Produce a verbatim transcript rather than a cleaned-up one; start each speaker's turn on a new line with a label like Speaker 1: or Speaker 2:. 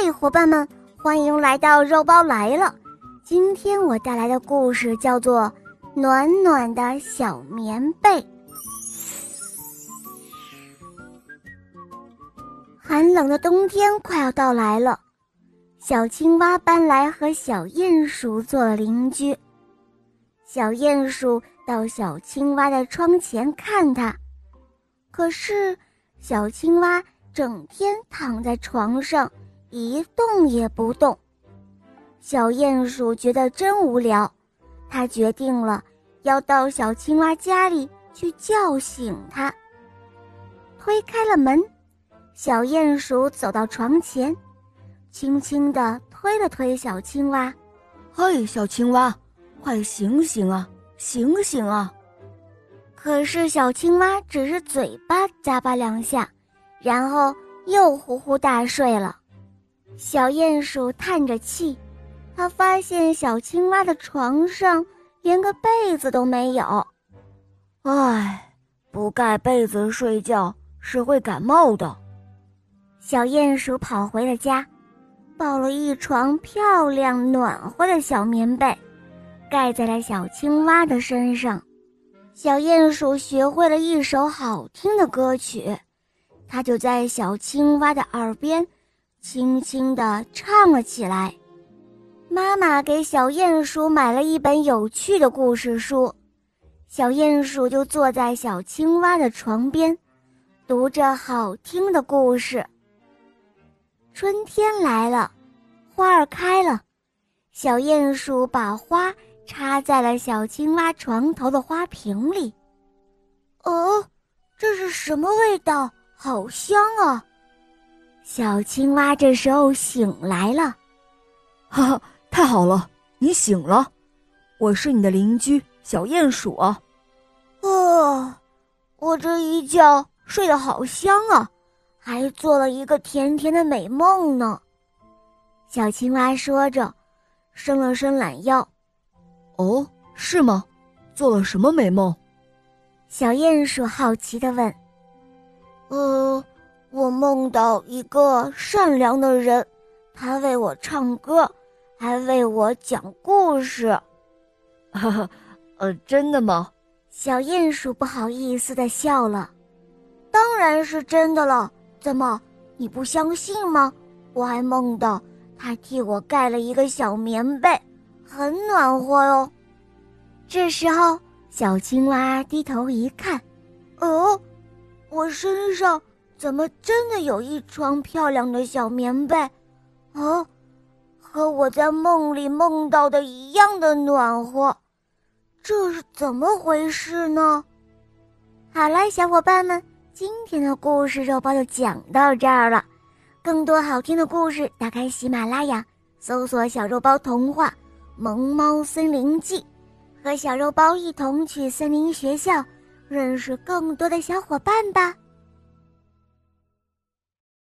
Speaker 1: 嘿，伙伴们，欢迎来到肉包来了。今天我带来的故事叫做《暖暖的小棉被》。寒冷的冬天快要到来了，小青蛙搬来和小鼹鼠做了邻居。小鼹鼠到小青蛙的窗前看它，可是小青蛙整天躺在床上一动也不动。小鼹鼠觉得真无聊，他决定了要到小青蛙家里去叫醒它。推开了门，小鼹鼠走到床前，轻轻地推了推小青蛙。
Speaker 2: 嘿，小青蛙，快醒醒啊，醒醒啊！
Speaker 1: 可是小青蛙只是嘴巴咂巴两下，然后又呼呼大睡了。小鼹鼠叹着气，他发现小青蛙的床上连个被子都没有。
Speaker 2: 唉，不盖被子睡觉是会感冒的。
Speaker 1: 小鼹鼠跑回了家，抱了一床漂亮暖和的小棉被，盖在了小青蛙的身上。小鼹鼠学会了一首好听的歌曲，它就在小青蛙的耳边轻轻地唱了起来。妈妈给小鼹鼠买了一本有趣的故事书，小鼹鼠就坐在小青蛙的床边，读着好听的故事。春天来了，花儿开了，小鼹鼠把花插在了小青蛙床头的花瓶里。哦，这是什么味道？好香啊！小青蛙这时候醒来了。
Speaker 2: 哈哈，太好了，你醒了，我是你的邻居小鼹鼠啊。
Speaker 1: 哦，我这一觉睡得好香啊，还做了一个甜甜的美梦呢。小青蛙说着，伸了伸懒腰。
Speaker 2: 哦，是吗？做了什么美梦？
Speaker 1: 小鼹鼠好奇地问。呃，我梦到一个善良的人，他为我唱歌，还为我讲故事。
Speaker 2: 哈哈，呃，真的吗？
Speaker 1: 小鼹鼠不好意思地笑了。当然是真的了，怎么，你不相信吗？我还梦到他替我盖了一个小棉被，很暖和哟。这时候，小青蛙低头一看，哦，我身上怎么真的有一床漂亮的小棉被？哦，和我在梦里梦到的一样的暖和，这是怎么回事呢？好了，小伙伴们，今天的故事肉包就讲到这儿了。更多好听的故事，打开喜马拉雅，搜索小肉包童话《萌猫森林记》，和小肉包一同去森林学校，认识更多的小伙伴吧。